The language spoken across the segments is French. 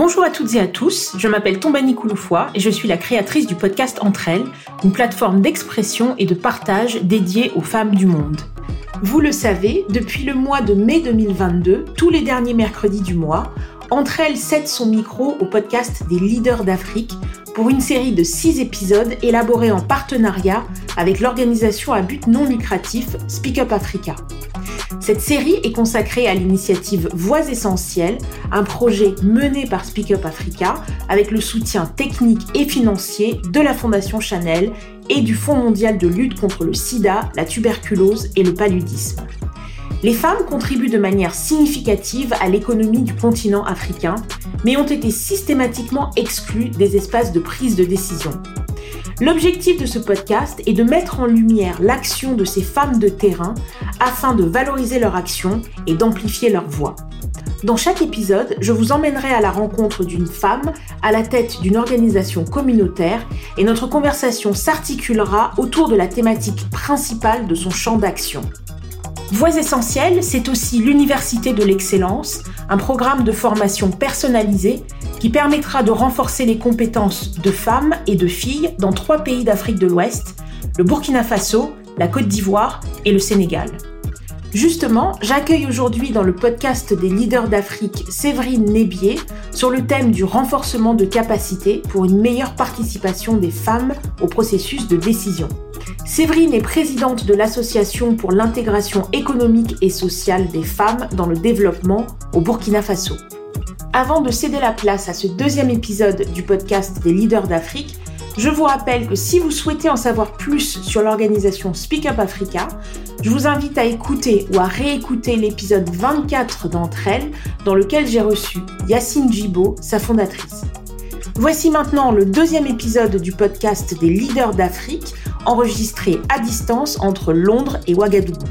Bonjour à toutes et à tous, je m'appelle Tombani Kouloufoua et je suis la créatrice du podcast Entre elles, une plateforme d'expression et de partage dédiée aux femmes du monde. Vous le savez, depuis le mois de mai 2022, tous les derniers mercredis du mois, Entre elles cède son micro au podcast des leaders d'Afrique pour une série de 6 épisodes élaborés en partenariat avec l'organisation à but non lucratif Speak Up Africa. Cette série est consacrée à l'initiative Voix Essentielles, un projet mené par Speak Up Africa avec le soutien technique et financier de la Fondation Chanel et du Fonds mondial de lutte contre le sida, la tuberculose et le paludisme. Les femmes contribuent de manière significative à l'économie du continent africain, mais ont été systématiquement exclues des espaces de prise de décision. L'objectif de ce podcast est de mettre en lumière l'action de ces femmes de terrain afin de valoriser leur action et d'amplifier leur voix. Dans chaque épisode, je vous emmènerai à la rencontre d'une femme à la tête d'une organisation communautaire et notre conversation s'articulera autour de la thématique principale de son champ d'action. Voix Essentielles, c'est aussi l'Université de l'Excellence, un programme de formation personnalisé qui permettra de renforcer les compétences de femmes et de filles dans 3 pays d'Afrique de l'Ouest, le Burkina Faso, la Côte d'Ivoire et le Sénégal. Justement, j'accueille aujourd'hui dans le podcast des leaders d'Afrique Séverine Nébier sur le thème du renforcement de capacités pour une meilleure participation des femmes au processus de décision. Séverine est présidente de l'Association pour l'intégration économique et sociale des femmes dans le développement au Burkina Faso. Avant de céder la place à ce 2e épisode du podcast des leaders d'Afrique, je vous rappelle que si vous souhaitez en savoir plus sur l'organisation Speak Up Africa, je vous invite à écouter ou à réécouter l'épisode 24 d'Entre elles, dans lequel j'ai reçu Yacine Djibo, sa fondatrice. Voici maintenant le 2e épisode du podcast des leaders d'Afrique, enregistré à distance entre Londres et Ouagadougou.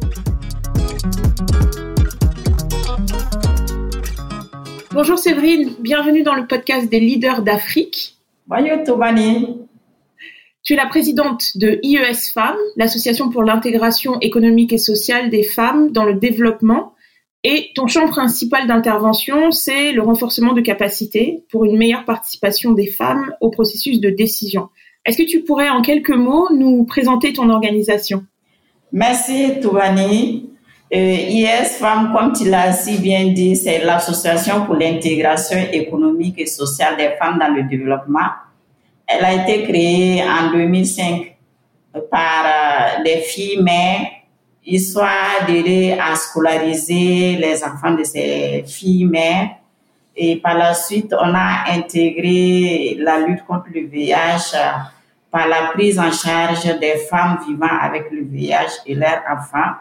Bonjour Séverine, bienvenue dans le podcast des leaders d'Afrique. Bonjour Toubani. Tu es la présidente de IES Femmes, l'association pour l'intégration économique et sociale des femmes dans le développement. Et ton champ principal d'intervention, c'est le renforcement de capacités pour une meilleure participation des femmes au processus de décision. Est-ce que tu pourrais en quelques mots nous présenter ton organisation ? Merci Toubani. IES Femmes, comme tu l'as si bien dit, c'est l'association pour l'intégration économique et sociale des femmes dans le développement. Elle a été créée en 2005 par des filles mères, histoire d'aider à scolariser les enfants de ces filles mères. Et par la suite, on a intégré la lutte contre le VIH par la prise en charge des femmes vivant avec le VIH et leurs enfants.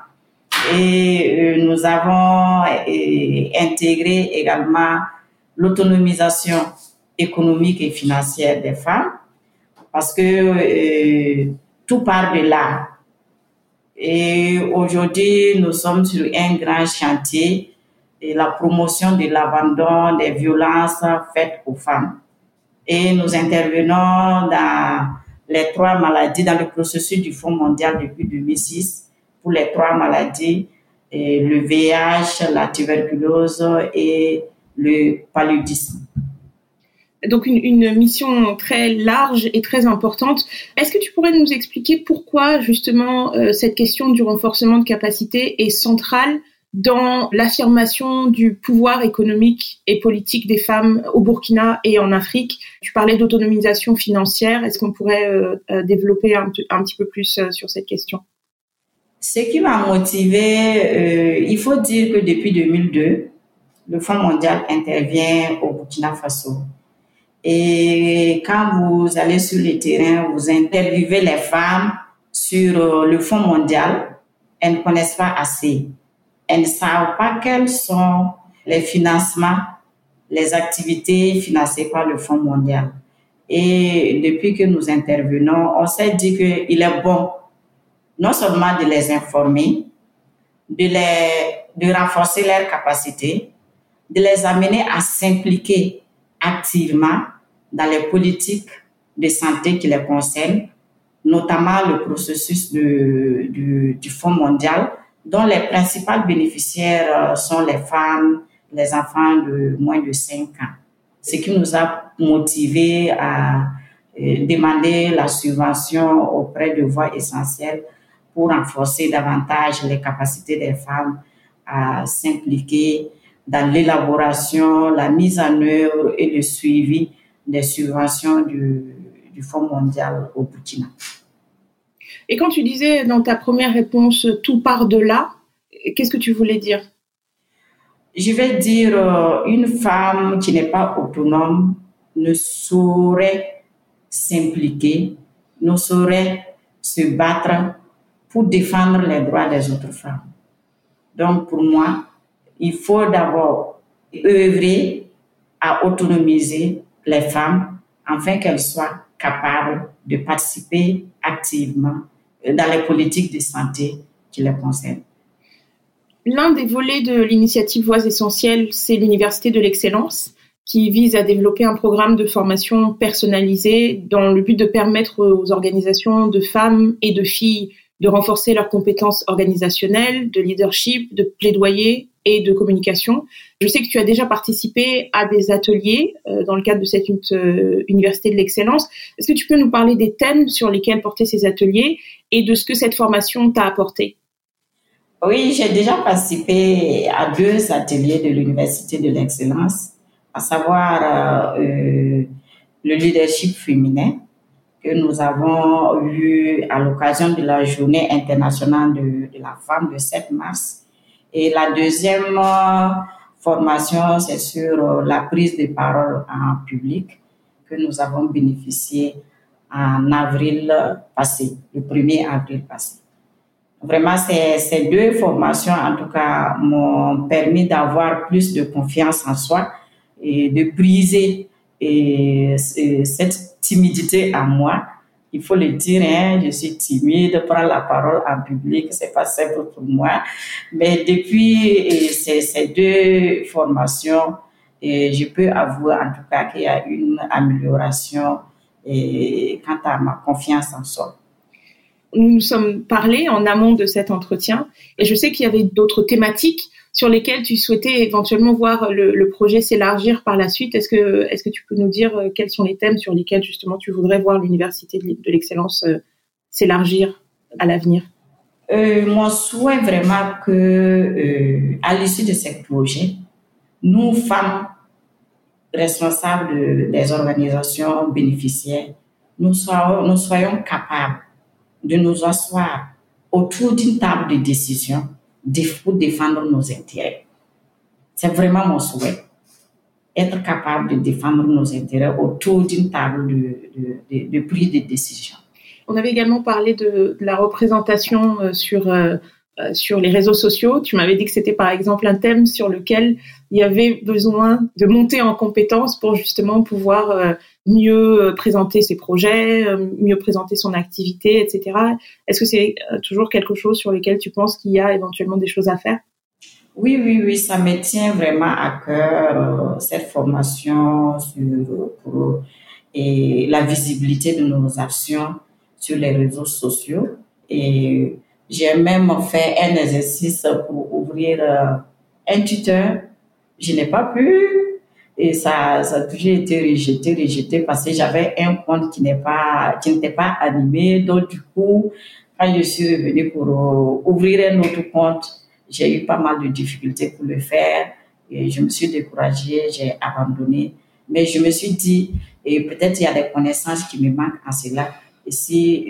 Et nous avons intégré également l'autonomisation économique et financière des femmes parce que tout part de là. Et aujourd'hui, nous sommes sur un grand chantier et la promotion de l'abandon des violences faites aux femmes. Et nous intervenons dans les 3 maladies, dans le processus du Fonds mondial depuis 2006 pour les 3 maladies, le VIH, la tuberculose et le paludisme. Donc une mission très large et très importante. Est-ce que tu pourrais nous expliquer pourquoi justement cette question du renforcement de capacité est centrale dans l'affirmation du pouvoir économique et politique des femmes au Burkina et en Afrique? Tu parlais d'autonomisation financière. Est-ce qu'on pourrait développer un petit peu plus sur cette question? Ce qui m'a motivée, il faut dire que depuis 2002, le Fonds mondial intervient au Burkina Faso. Et quand vous allez sur le terrain, vous interviewez les femmes sur le Fonds mondial, elles ne connaissent pas assez. Elles ne savent pas quels sont les financements, les activités financées par le Fonds mondial. Et depuis que nous intervenons, on s'est dit qu'il est bon non seulement de les informer, de renforcer leurs capacités, de les amener à s'impliquer activement dans les politiques de santé qui les concernent, notamment le processus du Fonds mondial, dont les principales bénéficiaires sont les femmes, les enfants de moins de 5 ans. ce qui nous a motivés à demander la subvention auprès de Voix Essentielles pour renforcer davantage les capacités des femmes à s'impliquer dans l'élaboration, la mise en œuvre et le suivi des subventions du Fonds mondial au Burkina. Et quand tu disais dans ta première réponse « tout part de là », qu'est-ce que tu voulais dire? Je vais dire, une femme qui n'est pas autonome ne saurait s'impliquer, ne saurait se battre pour défendre les droits des autres femmes. Donc, pour moi, il faut d'abord œuvrer à autonomiser les femmes afin qu'elles soient capables de participer activement dans les politiques de santé qui les concernent. L'un des volets de l'initiative Voix Essentielles, c'est l'Université de l'Excellence, qui vise à développer un programme de formation personnalisé dans le but de permettre aux organisations de femmes et de filles de renforcer leurs compétences organisationnelles, de leadership, de plaidoyer et de communication. Je sais que tu as déjà participé à des ateliers dans le cadre de cette Université de l'Excellence. Est-ce que tu peux nous parler des thèmes sur lesquels portaient ces ateliers et de ce que cette formation t'a apporté? Oui, j'ai déjà participé à 2 ateliers de l'Université de l'Excellence, à savoir le leadership féminin que nous avons eu à l'occasion de la Journée internationale de la femme le 7 mars. Et la deuxième formation, c'est sur la prise de parole en public que nous avons bénéficié en avril passé, le 1er avril passé. Vraiment, ces 2 formations, en tout cas, m'ont permis d'avoir plus de confiance en soi et de briser cette timidité en moi. Il faut le dire, je suis timide, prendre la parole en public, c'est pas simple pour moi. Mais depuis ces 2 formations, je peux avouer en tout cas qu'il y a une amélioration quant à ma confiance en soi. Nous nous sommes parlé en amont de cet entretien et je sais qu'il y avait d'autres thématiques sur lesquelles tu souhaitais éventuellement voir le projet s'élargir par la suite. Est-ce que tu peux nous dire quels sont les thèmes sur lesquels justement tu voudrais voir l'Université de l'Excellence s'élargir à l'avenir? Mon souhait vraiment que à l'issue de ce projet, nous femmes responsables des organisations bénéficiaires, nous soyons capables de nous asseoir autour d'une table de décision pour défendre nos intérêts. C'est vraiment mon souhait. Être capable de défendre nos intérêts autour d'une table de prise de décision. On avait également parlé de la représentation sur les réseaux sociaux. Tu m'avais dit que c'était par exemple un thème sur lequel il y avait besoin de monter en compétence pour justement pouvoir mieux présenter ses projets, mieux présenter son activité, etc. Est-ce que c'est toujours quelque chose sur lequel tu penses qu'il y a éventuellement des choses à faire? Oui, ça me tient vraiment à cœur, cette formation pour la visibilité de nos actions sur les réseaux sociaux. Et j'ai même fait un exercice pour ouvrir un tuteur. Je n'ai pas pu et ça a toujours été rejeté parce que j'avais un compte qui n'était pas animé. Donc du coup, quand je suis revenue pour ouvrir un autre compte, j'ai eu pas mal de difficultés pour le faire et je me suis découragée, j'ai abandonné. Mais je me suis dit, et peut-être il y a des connaissances qui me manquent en cela. Et si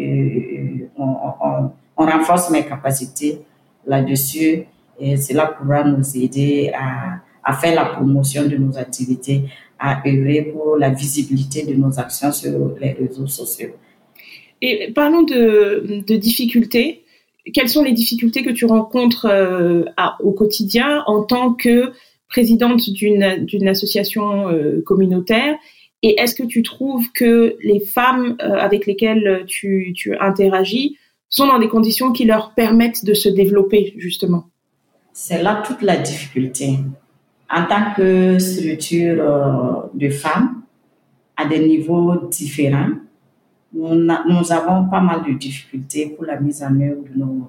on renforce mes capacités là-dessus, et cela pourra nous aider à faire la promotion de nos activités, à œuvrer pour la visibilité de nos actions sur les réseaux sociaux. Et parlons de difficultés. Quelles sont les difficultés que tu rencontres au quotidien en tant que présidente d'une association communautaire? Et est-ce que tu trouves que les femmes avec lesquelles tu interagis sont dans des conditions qui leur permettent de se développer, justement? C'est là toute la difficulté. En tant que structure de femmes, à des niveaux différents, nous avons pas mal de difficultés pour la mise en œuvre de nos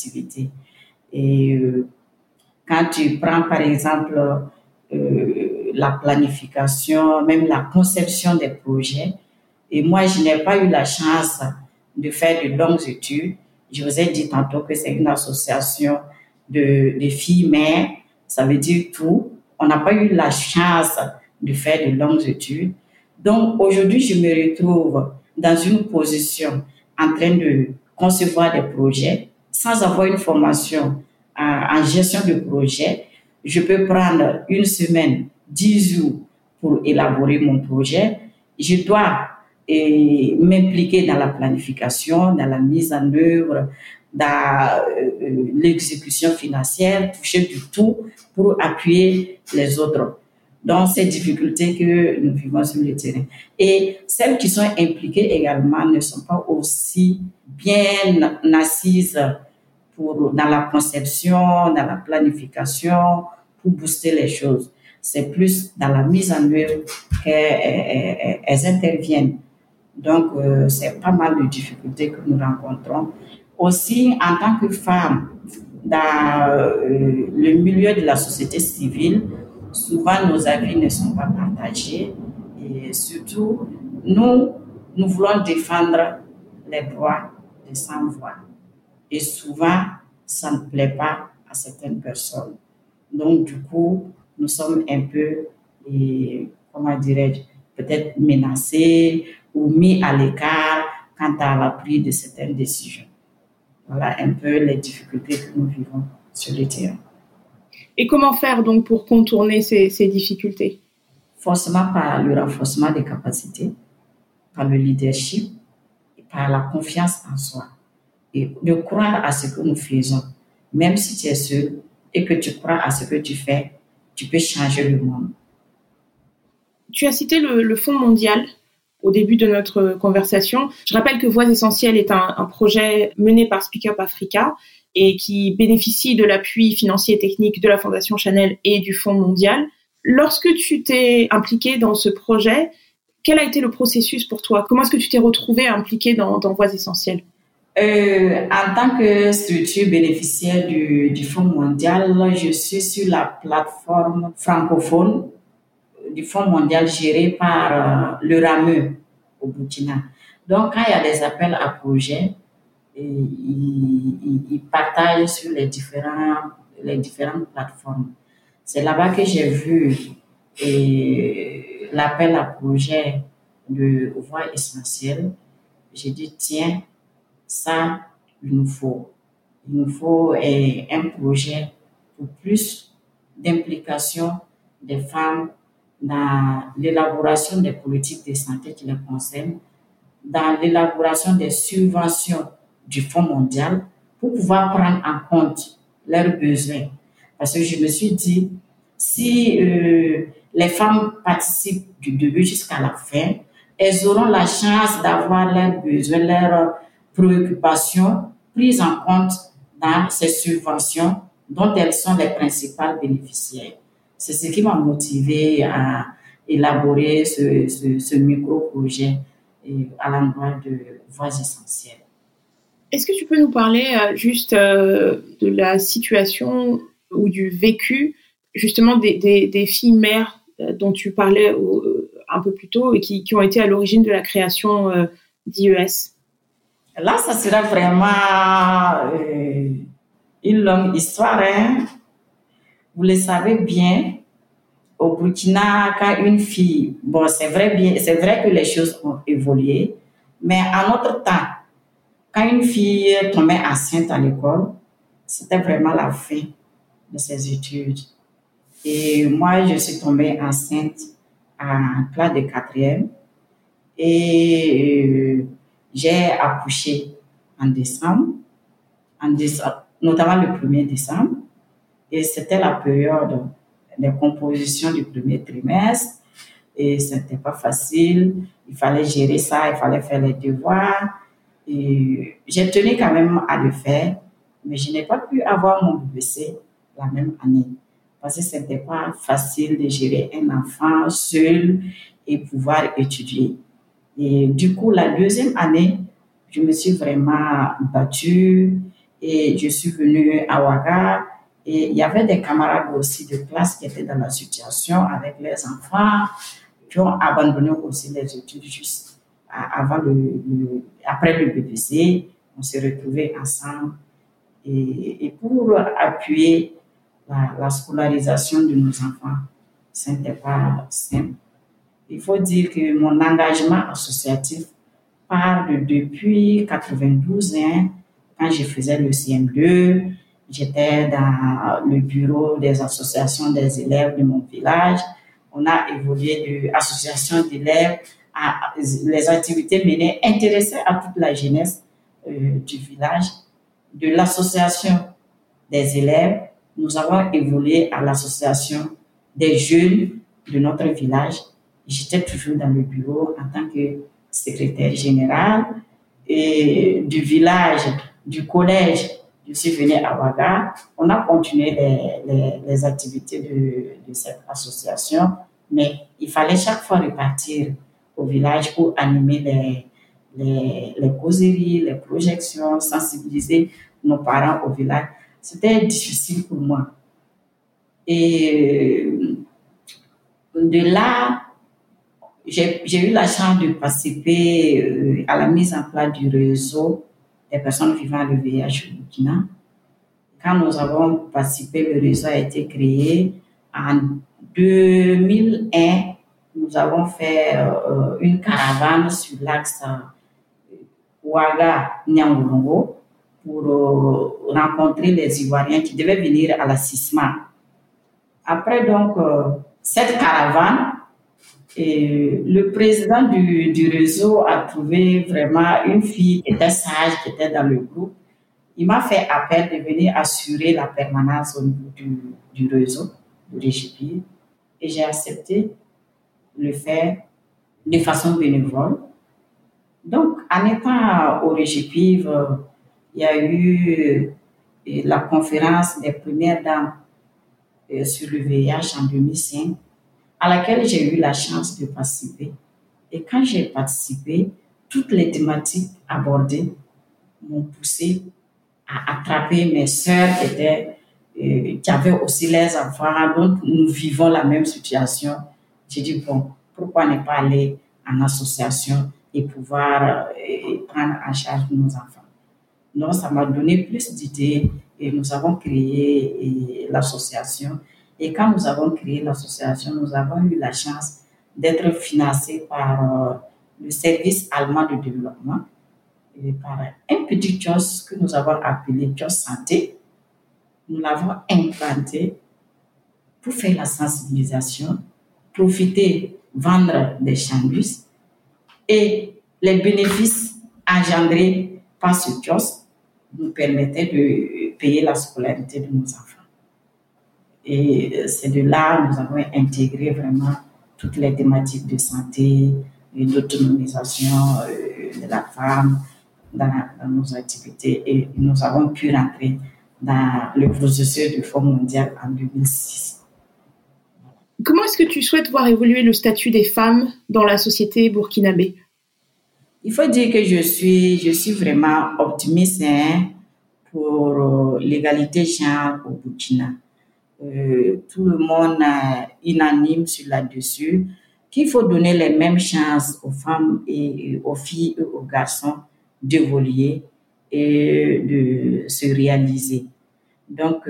activités. Et quand tu prends, par exemple, la planification, même la conception des projets. Et moi, je n'ai pas eu la chance de faire de longues études. Je vous ai dit tantôt que c'est une association de filles mères, ça veut dire tout. On n'a pas eu la chance de faire de longues études. Donc, aujourd'hui, je me retrouve dans une position en train de concevoir des projets sans avoir une formation en gestion de projet. Je peux prendre une semaine, 10 jours pour élaborer mon projet. Je dois m'impliquer dans la planification, dans la mise en œuvre, dans l'exécution financière, toucher du tout pour appuyer les autres. Donc, ces difficultés que nous vivons sur le terrain. Et celles qui sont impliquées également ne sont pas aussi bien assises dans la conception, dans la planification, pour booster les choses. C'est plus dans la mise en œuvre qu'elles interviennent. Donc, c'est pas mal de difficultés que nous rencontrons. Aussi, en tant que femme, dans le milieu de la société civile, souvent nos avis ne sont pas partagés. Et surtout, nous voulons défendre les droits des sans-voix. Et souvent, ça ne plaît pas à certaines personnes. Donc, du coup, nous sommes un peu, comment dirais-je, peut-être menacés ou mis à l'écart quant à la prise de certaines décisions. Voilà un peu les difficultés que nous vivons sur le terrain. Et comment faire donc pour contourner ces difficultés? Forcément par le renforcement des capacités, par le leadership et par la confiance en soi. Et de croire à ce que nous faisons, même si tu es seul et que tu crois à ce que tu fais, tu peux changer le monde. Tu as cité le Fonds mondial au début de notre conversation. Je rappelle que Voix essentielles est un projet mené par Speak Up Africa et qui bénéficie de l'appui financier et technique de la Fondation Chanel et du Fonds mondial. Lorsque tu t'es impliqué dans ce projet, quel a été le processus pour toi? Comment est-ce que tu t'es retrouvé impliqué dans Voix essentielles? En tant que structure bénéficiaire du Fonds mondial, je suis sur la plateforme francophone du Fonds mondial géré par le RAME au Burkina. Donc, quand il y a des appels à projets, ils partagent sur les différentes plateformes. C'est là-bas que j'ai vu l'appel à projet de Voix essentielles. J'ai dit, tiens, ça, il nous faut un projet pour plus d'implication des femmes dans l'élaboration des politiques de santé qui les concernent, dans l'élaboration des subventions du Fonds mondial pour pouvoir prendre en compte leurs besoins. Parce que je me suis dit, si les femmes participent du début jusqu'à la fin, elles auront la chance d'avoir leurs besoins, leurs préoccupations prises en compte dans ces subventions dont elles sont les principales bénéficiaires. C'est ce qui m'a motivée à élaborer ce micro-projet à l'endroit de Voix essentielles. Est-ce que tu peux nous parler juste de la situation ou du vécu justement des filles mères dont tu parlais un peu plus tôt et qui ont été à l'origine de la création d'IES? Là, ça sera vraiment une longue histoire. Hein? Vous le savez bien, au Burkina, quand une fille, bon, c'est vrai que les choses ont évolué, mais en notre temps, quand une fille tombait enceinte à l'école, c'était vraiment la fin de ses études. Et moi, je suis tombée enceinte en classe de 4e et j'ai accouché en décembre, notamment le 1er décembre. Et c'était la période des compositions du premier trimestre. Et ce n'était pas facile. Il fallait gérer ça, il fallait faire les devoirs. Et j'ai tenu quand même à le faire, mais je n'ai pas pu avoir mon BEC la même année. Parce que ce n'était pas facile de gérer un enfant seul et pouvoir étudier. Et du coup, la deuxième année, je me suis vraiment battue et je suis venue à Ouaga Et il y avait des camarades aussi de classe qui étaient dans la situation avec leurs enfants, qui ont abandonné aussi les études juste après le BPC. On s'est retrouvés ensemble et pour appuyer la scolarisation de nos enfants, ce n'était pas simple. Il faut dire que mon engagement associatif part depuis 92, hein, quand je faisais le CM2. J'étais dans le bureau des associations des élèves de mon village. On a évolué de l'association d'élèves à les activités menées intéressaient à toute la jeunesse du village. De l'association des élèves, nous avons évolué à l'association des jeunes de notre village. J'étais toujours dans le bureau en tant que secrétaire général et du village, du collège. Je suis venue à Ouaga. On a continué les activités de cette association, mais il fallait chaque fois repartir au village pour animer les causeries, les projections, sensibiliser nos parents au village. C'était difficile pour moi. Et de là, j'ai eu la chance de participer à la mise en place du réseau des personnes vivant le VIH au Burkina. Quand nous avons participé, le réseau a été créé en 2001. Nous avons fait une caravane sur l'axe Ouaga-Niangourongo pour rencontrer les Ivoiriens qui devaient venir à la CISMA. Après donc cette caravane, le président du réseau a trouvé vraiment une fille qui était sage, qui était dans le groupe. Il m'a fait appel de venir assurer la permanence au niveau du réseau, de Régipir, et j'ai accepté le faire de façon bénévole. Donc, en étant au Régipir, il y a eu la conférence des premières dames sur le VIH en 2005, à laquelle j'ai eu la chance de participer. Et quand j'ai participé, toutes les thématiques abordées m'ont poussé à attraper mes sœurs qui avaient aussi les enfants, donc nous vivons la même situation. J'ai dit, bon, pourquoi ne pas aller en association et pouvoir prendre en charge nos enfants. Donc, ça m'a donné plus d'idées et nous avons créé l'association. Et quand nous avons créé l'association, nous avons eu la chance d'être financés par le service allemand de développement et par un petit kiosque que nous avons appelé kiosque santé. Nous l'avons implanté pour faire la sensibilisation, profiter, vendre des sandwichs et les bénéfices engendrés par ce kiosque nous permettaient de payer la scolarité de nos enfants. Et c'est de là que nous avons intégré vraiment toutes les thématiques de santé et d'autonomisation de la femme dans nos activités. Et nous avons pu rentrer dans le processus du Fonds mondial en 2006. Comment est-ce que tu souhaites voir évoluer le statut des femmes dans la société burkinabé? Il faut dire que je suis vraiment optimiste pour l'égalité genre au Burkina. Tout le monde est unanime sur là-dessus, qu'il faut donner les mêmes chances aux femmes et aux filles et aux garçons d'évoluer et de se réaliser. Donc,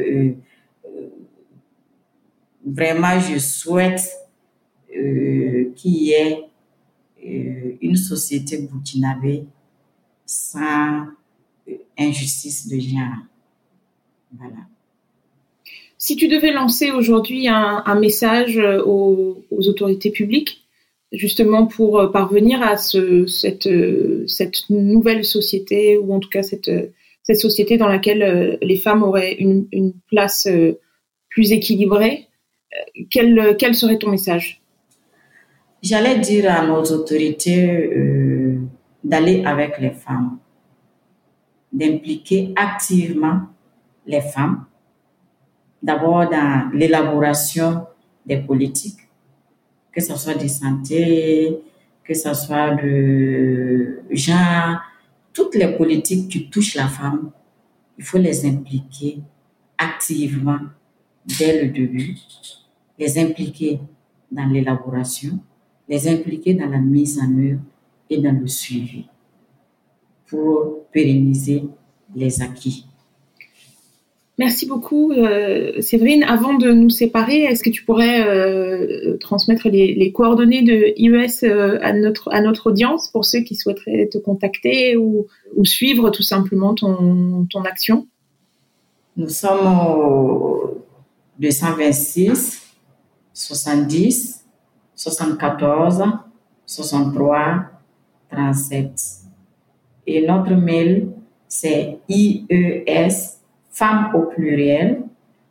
vraiment, je souhaite qu'il y ait une société burkinabé sans injustice de genre. Voilà. Si tu devais lancer aujourd'hui un message aux autorités publiques, justement pour parvenir à cette nouvelle société, ou en tout cas cette société dans laquelle les femmes auraient une place plus équilibrée, quel serait ton message? J'allais dire à nos autorités d'aller avec les femmes, d'impliquer activement les femmes, d'abord dans l'élaboration des politiques, que ce soit de santé, que ce soit de genre, toutes les politiques qui touchent la femme, il faut les impliquer activement dès le début, les impliquer dans l'élaboration, les impliquer dans la mise en œuvre et dans le suivi pour pérenniser les acquis. Merci beaucoup, Séverine. Avant de nous séparer, est-ce que tu pourrais transmettre les coordonnées de IES à notre audience pour ceux qui souhaiteraient te contacter ou suivre tout simplement ton action? Nous sommes au 226 70 74 63 37 et notre mail c'est IES femmes au pluriel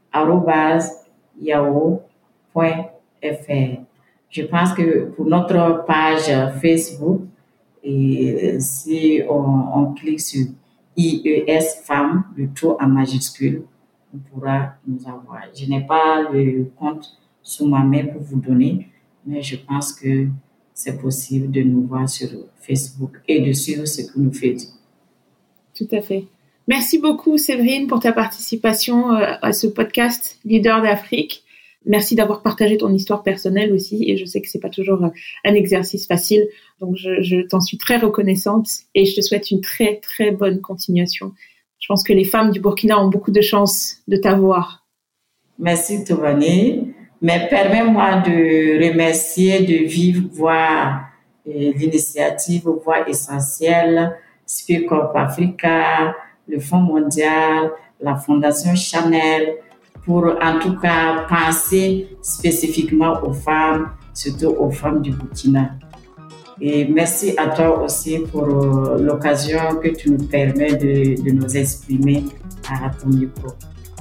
@yahoo.fr. Je pense que pour notre page Facebook, et si on clique sur IES femmes, le tout en majuscule, on pourra nous avoir. Je n'ai pas le compte sous ma main pour vous donner, mais je pense que c'est possible de nous voir sur Facebook et de suivre ce que nous faisons. Tout à fait. Merci beaucoup, Séverine, pour ta participation à ce podcast Leader d'Afrique. Merci d'avoir partagé ton histoire personnelle aussi, et je sais que c'est pas toujours un exercice facile, donc je t'en suis très reconnaissante et je te souhaite une très très bonne continuation. Je pense que les femmes du Burkina ont beaucoup de chance de t'avoir. Merci Toubani, mais permets-moi de remercier de vive voix l'initiative Voix essentielle, Speak Up Africa, le Fonds mondial, la Fondation Chanel, pour en tout cas penser spécifiquement aux femmes, surtout aux femmes du Burkina. Et merci à toi aussi pour l'occasion que tu nous permets de nous exprimer à ton micro.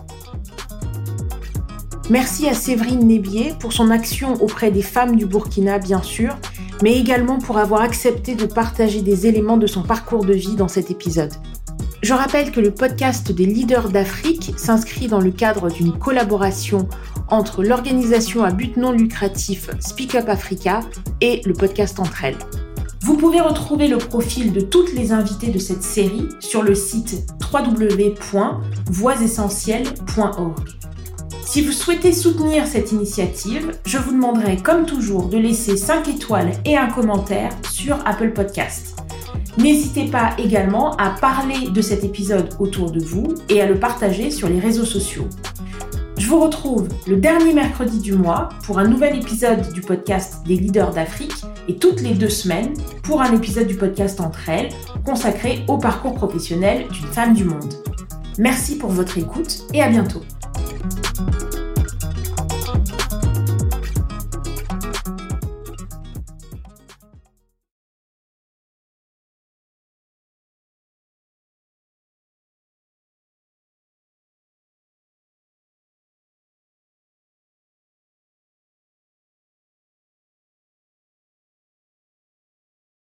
Merci à Séverine Nébier pour son action auprès des femmes du Burkina, bien sûr, mais également pour avoir accepté de partager des éléments de son parcours de vie dans cet épisode. Je rappelle que le podcast des leaders d'Afrique s'inscrit dans le cadre d'une collaboration entre l'organisation à but non lucratif Speak Up Africa et le podcast Entre elles. Vous pouvez retrouver le profil de toutes les invitées de cette série sur le site www.voixessentielles.org. Si vous souhaitez soutenir cette initiative, je vous demanderai comme toujours de laisser 5 étoiles et un commentaire sur Apple Podcast. N'hésitez pas également à parler de cet épisode autour de vous et à le partager sur les réseaux sociaux. Je vous retrouve le dernier mercredi du mois pour un nouvel épisode du podcast des leaders d'Afrique et toutes les 2 semaines pour un épisode du podcast Entre elles consacré au parcours professionnel d'une femme du monde. Merci pour votre écoute et à bientôt.